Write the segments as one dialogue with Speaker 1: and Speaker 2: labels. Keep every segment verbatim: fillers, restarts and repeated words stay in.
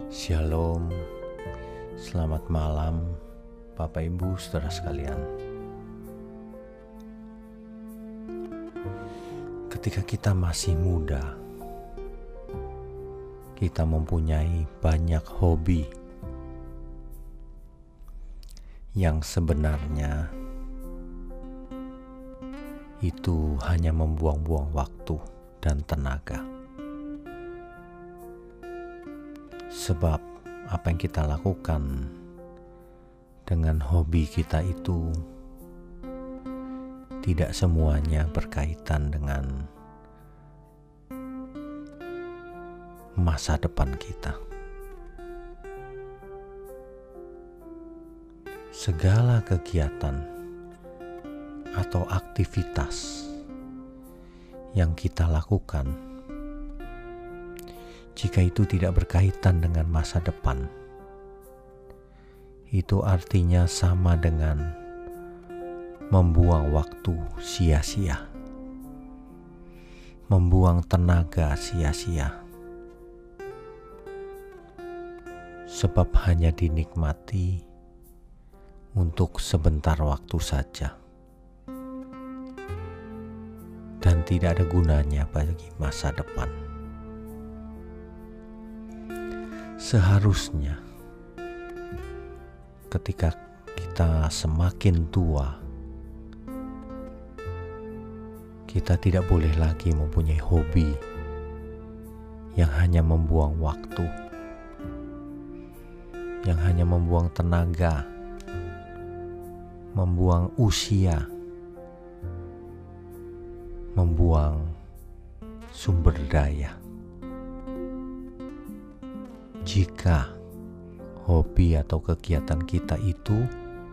Speaker 1: Shalom, selamat malam Bapak Ibu saudara sekalian. Ketika kita masih muda, kita mempunyai banyak hobi yang sebenarnya itu hanya membuang-buang waktu dan tenaga. Sebab apa yang kita lakukan dengan hobi kita itu tidak semuanya berkaitan dengan masa depan kita. Segala kegiatan atau aktivitas yang kita lakukan, jika itu tidak berkaitan dengan masa depan, itu artinya sama dengan membuang waktu sia-sia, membuang tenaga sia-sia, sebab hanya dinikmati untuk sebentar waktu saja dan tidak ada gunanya bagi masa depan. Seharusnya ketika kita semakin tua, kita tidak boleh lagi mempunyai hobi yang hanya membuang waktu, yang hanya membuang tenaga, membuang usia, membuang sumber daya. Jika hobi atau kegiatan kita itu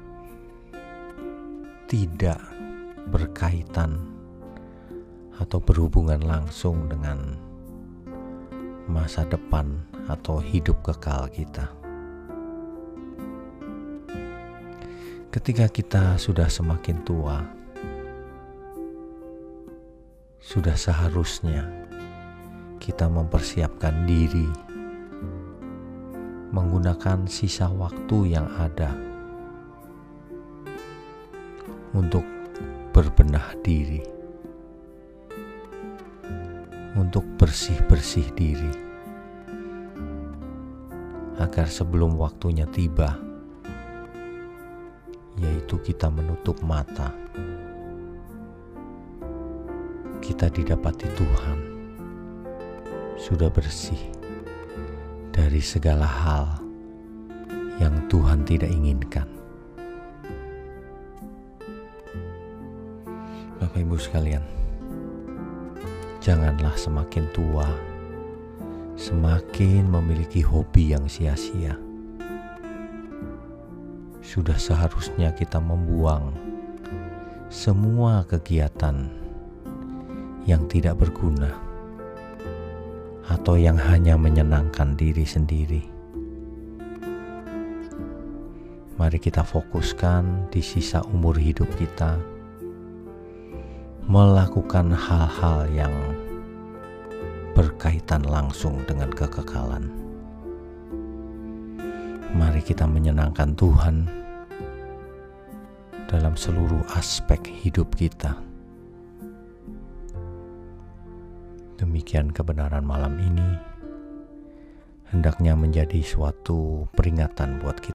Speaker 1: tidak berkaitan atau berhubungan langsung dengan masa depan atau hidup kekal kita. Ketika kita sudah semakin tua, sudah seharusnya kita mempersiapkan diri menggunakan sisa waktu yang ada untuk berbenah diri, untuk bersih-bersih diri, agar sebelum waktunya tiba, yaitu kita menutup mata, kita didapati Tuhan sudah bersih dari segala hal yang Tuhan tidak inginkan. Bapak Ibu sekalian, janganlah semakin tua semakin memiliki hobi yang sia-sia. Sudah seharusnya kita membuang semua kegiatan yang tidak berguna atau yang hanya menyenangkan diri sendiri. Mari kita fokuskan di sisa umur hidup kita melakukan hal-hal yang berkaitan langsung dengan kekekalan. Mari kita menyenangkan Tuhan dalam seluruh aspek hidup kita. Demikian kebenaran malam ini hendaknya menjadi suatu peringatan buat kita.